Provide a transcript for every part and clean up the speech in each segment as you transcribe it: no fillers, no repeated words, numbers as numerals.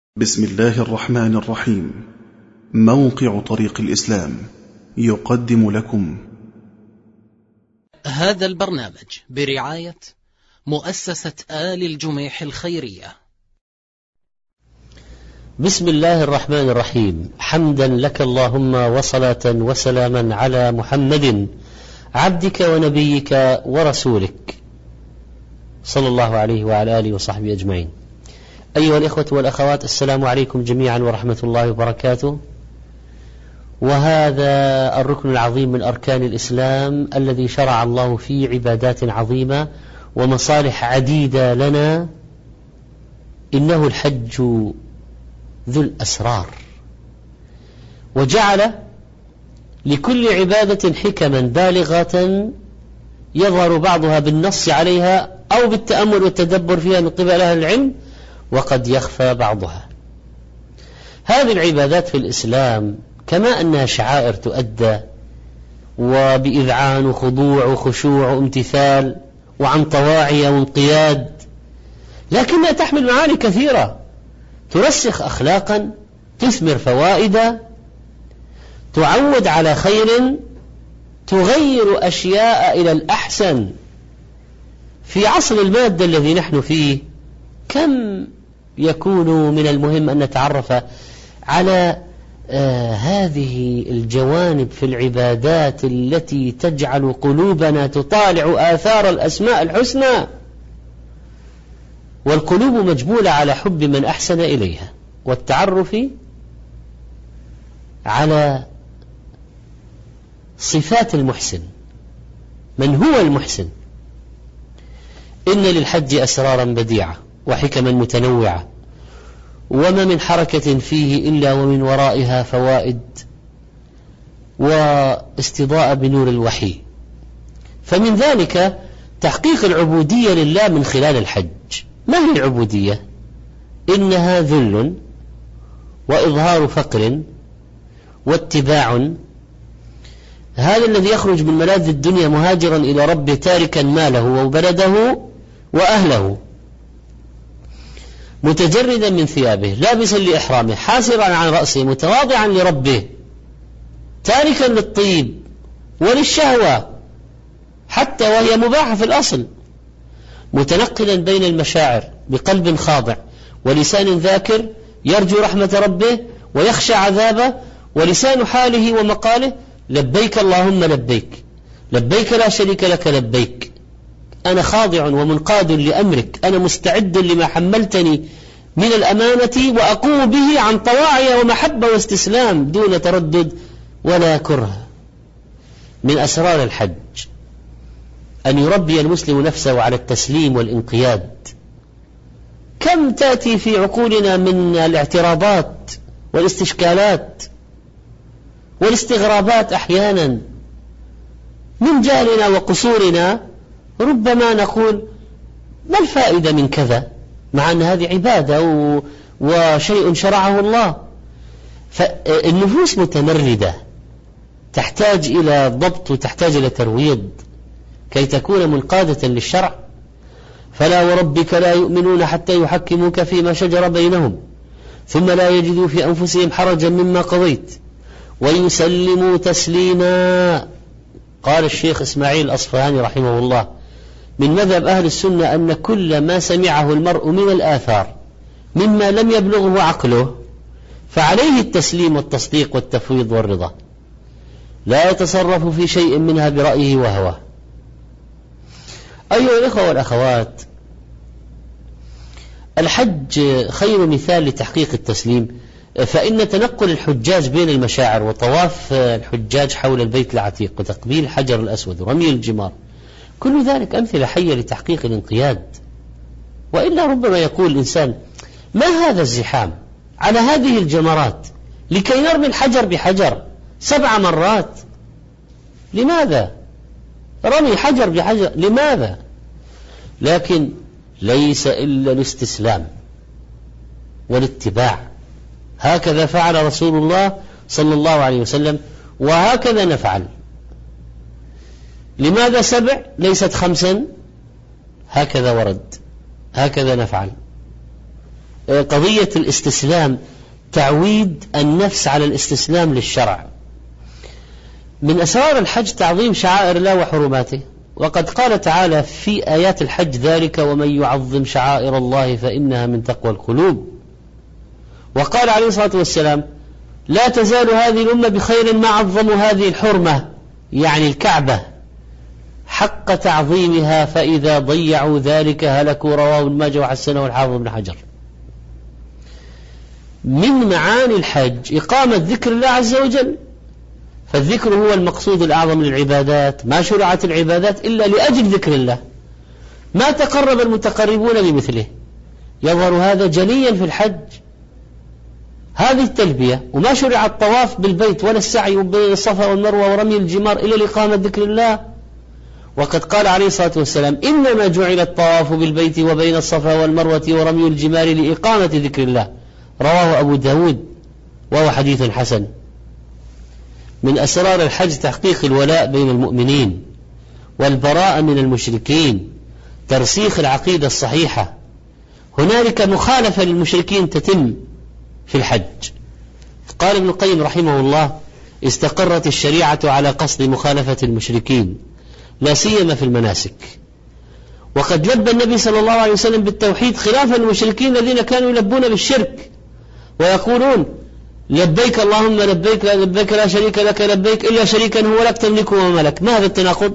بسم الله الرحمن الرحيم. موقع طريق الإسلام يقدم لكم هذا البرنامج برعاية مؤسسة آل الجميح الخيرية. بسم الله الرحمن الرحيم. حمدا لك اللهم وصلاة وسلاما على محمد عبدك ونبيك ورسولك صلى الله عليه وعلى آله وصحبه أجمعين. أيها الإخوة والأخوات، السلام عليكم جميعا ورحمة الله وبركاته. وهذا الركن العظيم من أركان الإسلام الذي شرع الله فيه عبادات عظيمة ومصالح عديدة لنا، إنه الحج ذو الأسرار، وجعل لكل عبادة حكما بالغة يظهر بعضها بالنص عليها أو بالتأمل والتدبر فيها من قبل أهل العلم، وقد يخفى بعضها. هذه العبادات في الإسلام كما أنها شعائر تؤدى وبإذعان وخضوع وخشوع وامتثال وعن طواعية وانقياد، لكنها تحمل معاني كثيرة ترسخ أخلاقا، تثمر فوائد، تعود على خير، تغير أشياء إلى الأحسن. في عصر المادة الذي نحن فيه كم يكون من المهم أن نتعرف على هذه الجوانب في العبادات التي تجعل قلوبنا تطالع آثار الأسماء الحسنى، والقلوب مجبولة على حب من أحسن إليها والتعرف على صفات المحسن. من هو المحسن؟ إن للحج أسرارا بديعة وحكما متنوعة، وما من حركة فيه إلا ومن ورائها فوائد واستضاءة بنور الوحي. فمن ذلك تحقيق العبودية لله من خلال الحج. ما هي العبودية؟ إنها ذل وإظهار فقر واتباع. هذا الذي يخرج من ملاذ الدنيا مهاجرا إلى ربه، تاركا ماله وبلده وأهله، متجردا من ثيابه، لابسا لإحرامه، حاسرا عن رأسه، متواضعا لربه، تاركا للطيب وللشهوة حتى وهي مباحة في الأصل، متنقلا بين المشاعر بقلب خاضع ولسان ذاكر يرجو رحمة ربه ويخشى عذابه، ولسان حاله ومقاله لبيك اللهم لبيك، لبيك لا شريك لك لبيك، أنا خاضع ومنقاد لأمرك، أنا مستعد لما حملتني من الأمانة وأقوم به عن طواعية ومحبة واستسلام دون تردد ولا كره. من أسرار الحج أن يربي المسلم نفسه على التسليم والانقياد. كم تأتي في عقولنا من الاعتراضات والاستشكالات والاستغرابات أحيانا من جهلنا وقصورنا، ربما نقول ما الفائدة من كذا، مع أن هذه عبادة وشيء شرعه الله. فالنفوس متمردة تحتاج إلى ضبط وتحتاج إلى ترويض كي تكون منقادة للشرع. فلا وربك لا يؤمنون حتى يحكموك فيما شجر بينهم ثم لا يجدوا في أنفسهم حرجا مما قضيت ويسلموا تسليما. قال الشيخ إسماعيل الأصفهاني رحمه الله: من مذهب أهل السنة أن كل ما سمعه المرء من الآثار مما لم يبلغه عقله فعليه التسليم والتصديق والتفويض والرضا، لا يتصرف في شيء منها برأيه وهواه. أيها الإخوة والأخوات، الحج خير مثال لتحقيق التسليم، فإن تنقل الحجاج بين المشاعر وطواف الحجاج حول البيت العتيق وتقبيل الحجر الأسود ورمي الجمار، كل ذلك أمثلة حية لتحقيق الانقياد. وإلا ربما يقول الإنسان: ما هذا الزحام على هذه الجمرات لكي نرمي الحجر بحجر 7 مرات؟ لماذا رمي حجر بحجر؟ لماذا؟ لكن ليس إلا الاستسلام والاتباع. هكذا فعل رسول الله صلى الله عليه وسلم، وهكذا نفعل. لماذا 7 ليست 5؟ هكذا ورد، هكذا نفعل. قضية الاستسلام، تعويد النفس على الاستسلام للشرع. من أسرار الحج تعظيم شعائر الله وحرماته، وقد قال تعالى في آيات الحج: ذلك ومن يعظم شعائر الله فإنها من تقوى القلوب. وقال عليه الصلاة والسلام: لا تزال هذه الأمة بخير ما عظموا هذه الحرمة، يعني الكعبة، حق تعظيمها، فإذا ضيعوا ذلك هلكوا. رواه ابن ماجه وحسنه الحافظ ابن حجر. من معاني الحج إقامة ذكر الله عز وجل، فالذكر هو المقصود الأعظم للعبادات، ما شرعت العبادات إلا لأجل ذكر الله، ما تقرب المتقربون بمثله. يظهر هذا جليا في الحج، هذه التلبية، وما شرع الطواف بالبيت ولا السعي بين الصفا والمروة ورمي الجمار إلا لإقامة ذكر الله. وقد قال عليه الصلاة والسلام: إنما جعل الطواف بالبيت وبين الصفا والمروة ورمي الجمار لإقامة ذكر الله. رواه أبو داود وهو حديث حسن. من أسرار الحج تحقيق الولاء بين المؤمنين والبراءة من المشركين، ترسيخ العقيدة الصحيحة. هنالك مخالفة للمشركين تتم في الحج. قال ابن القيم رحمه الله: استقرت الشريعة على قصد مخالفة المشركين، لا سيما في المناسك. وقد لبى النبي صلى الله عليه وسلم بالتوحيد خلافا المشركين الذين كانوا يلبون بالشرك ويقولون: لبيك اللهم لبيك، لبيك لا شريك لك لبيك إلا شريكا هو لك تملكه وملك. ما هذا التناقض؟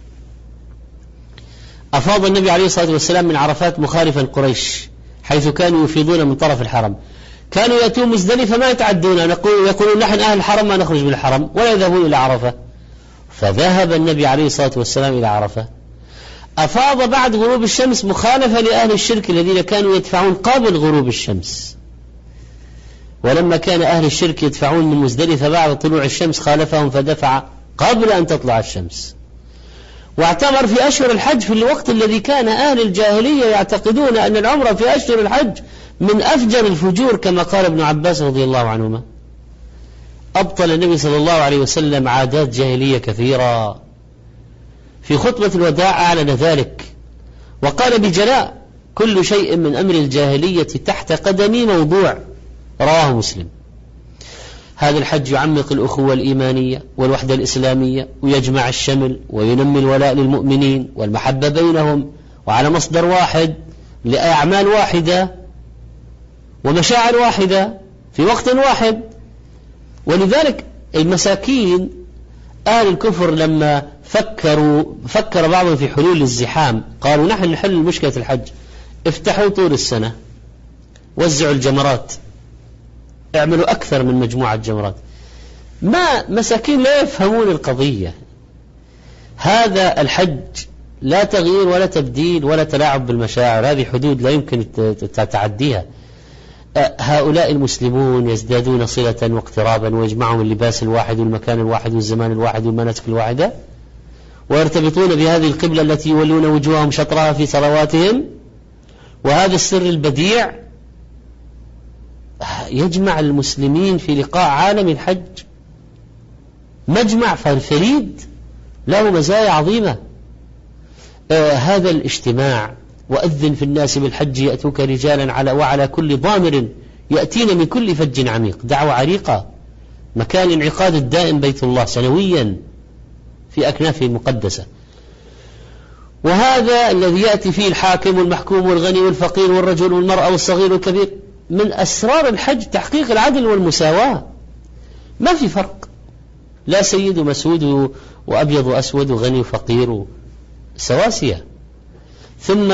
أفاض النبي عليه الصلاة والسلام من عرفات مخالفا قريش، حيث كانوا يفيضون من طرف الحرم. كانوا يأتون مزدلفة ما يتعدون، يقولون: نحن أهل الحرم ما نخرج من الحرم، ولا يذهبون إلى عرفة. فذهب النبي عليه الصلاة والسلام إلى عرفة. أفاض بعد غروب الشمس مخالفة لأهل الشرك الذين كانوا يدفعون قبل غروب الشمس، ولما كان أهل الشرك يدفعون من مزدلفة بعد طلوع الشمس خالفهم فدفع قبل أن تطلع الشمس. واعتبر في أشهر الحج في الوقت الذي كان أهل الجاهلية يعتقدون أن العمرة في أشهر الحج من أفجر الفجور، كما قال ابن عباس رضي الله عنهما. أبطل النبي صلى الله عليه وسلم عادات جاهلية كثيرة. في خطبة الوداع أعلن ذلك وقال بجلاء: كل شيء من أمر الجاهلية تحت قدمي موضوع. رواه مسلم. هذا الحج يعمق الأخوة الإيمانية والوحدة الإسلامية، ويجمع الشمل، وينمي الولاء للمؤمنين والمحبة بينهم، وعلى مصدر واحد لأعمال واحدة ومشاعر واحدة في وقت واحد. ولذلك المساكين أهل الكفر لما فكر بعضهم في حلول الزحام، قالوا: نحن نحل مشكلة الحج، افتحوا طول السنة، وزعوا الجمرات، اعملوا أكثر من مجموعة جمرات. ما مساكين لا يفهمون القضية. هذا الحج لا تغيير ولا تبديل ولا تلاعب بالمشاعر، هذه حدود لا يمكن تعديها. هؤلاء المسلمون يزدادون صلة واقترابا، ويجمعهم اللباس الواحد والمكان الواحد والزمان الواحد والمناسك الواحدة، ويرتبطون بهذه القبلة التي يولون وجوههم شطرها في صلواتهم. وهذا السر البديع يجمع المسلمين في لقاء عالم الحج، مجمع فريد له مزايا عظيمة. هذا الاجتماع: وأذن في الناس بالحج يأتوك رجالا وعلى كل ضامر يأتين من كل فج عميق، دعوة عريقة، مكان انعقاد الدائم بيت الله سنويا في أكنافه المقدسة. وهذا الذي يأتي فيه الحاكم والمحكوم والغني والفقير والرجل والمرأة والصغير والكبير. من أسرار الحج تحقيق العدل والمساواة، ما في فرق، لا سيد ومسود وأبيض وأسود وغني وفقير، سواسية. ثم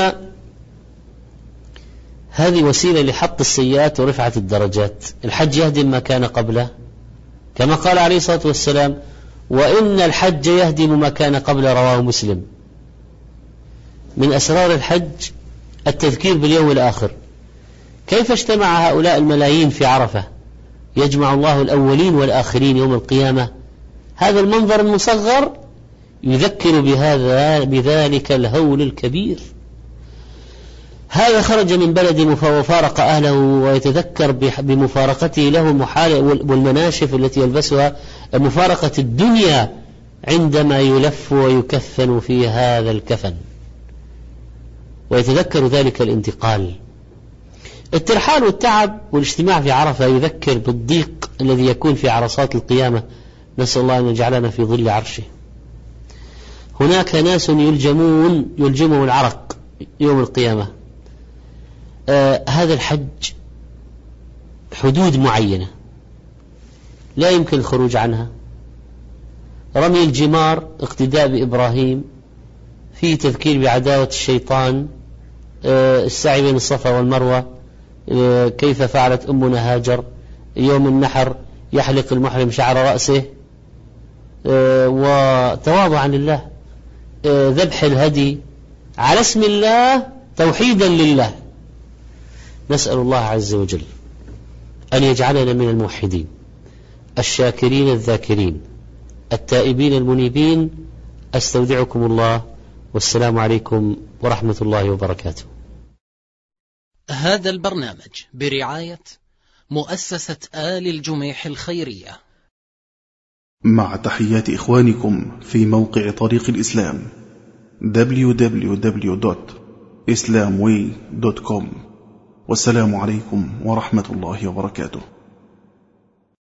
هذه وسيلة لحط السيئات ورفعة الدرجات. الحج يهدم ما كان قبله، كما قال عليه الصلاة والسلام: وإن الحج يهدم ما كان قبله. رواه مسلم. من أسرار الحج التذكير باليوم الآخر. كيف اجتمع هؤلاء الملايين في عرفة؟ يجمع الله الأولين والآخرين يوم القيامة. هذا المنظر المصغر يذكر بذلك الهول الكبير. هذا خرج من بلد وفارق أهله، ويتذكر بمفارقته له والمناشف التي يلبسها، مفارقة الدنيا عندما يلف ويكفن في هذا الكفن، ويتذكر ذلك الانتقال. الترحال والتعب والاجتماع في عرفة يذكر بالضيق الذي يكون في عرصات القيامة، نسأل الله أن يجعلنا في ظل عرشه. هناك ناس يلجمهم العرق يوم القيامة. هذا الحج حدود معينة لا يمكن الخروج عنها. رمي الجمار اقتداء بإبراهيم، في تذكير بعداوة الشيطان، السعي بين الصفا والمروة كيف فعلت أمنا هاجر، يوم النحر يحلق المحرم شعر رأسه وتواضعا لله، ذبح الهدي على اسم الله توحيدا لله. نسأل الله عز وجل أن يجعلنا من الموحدين الشاكرين الذاكرين التائبين المنيبين. أستودعكم الله، والسلام عليكم ورحمة الله وبركاته. هذا البرنامج برعاية مؤسسة آل الجميح الخيرية، مع تحيات إخوانكم في موقع طريق الإسلام www.islamway.com. والسلام عليكم ورحمة الله وبركاته.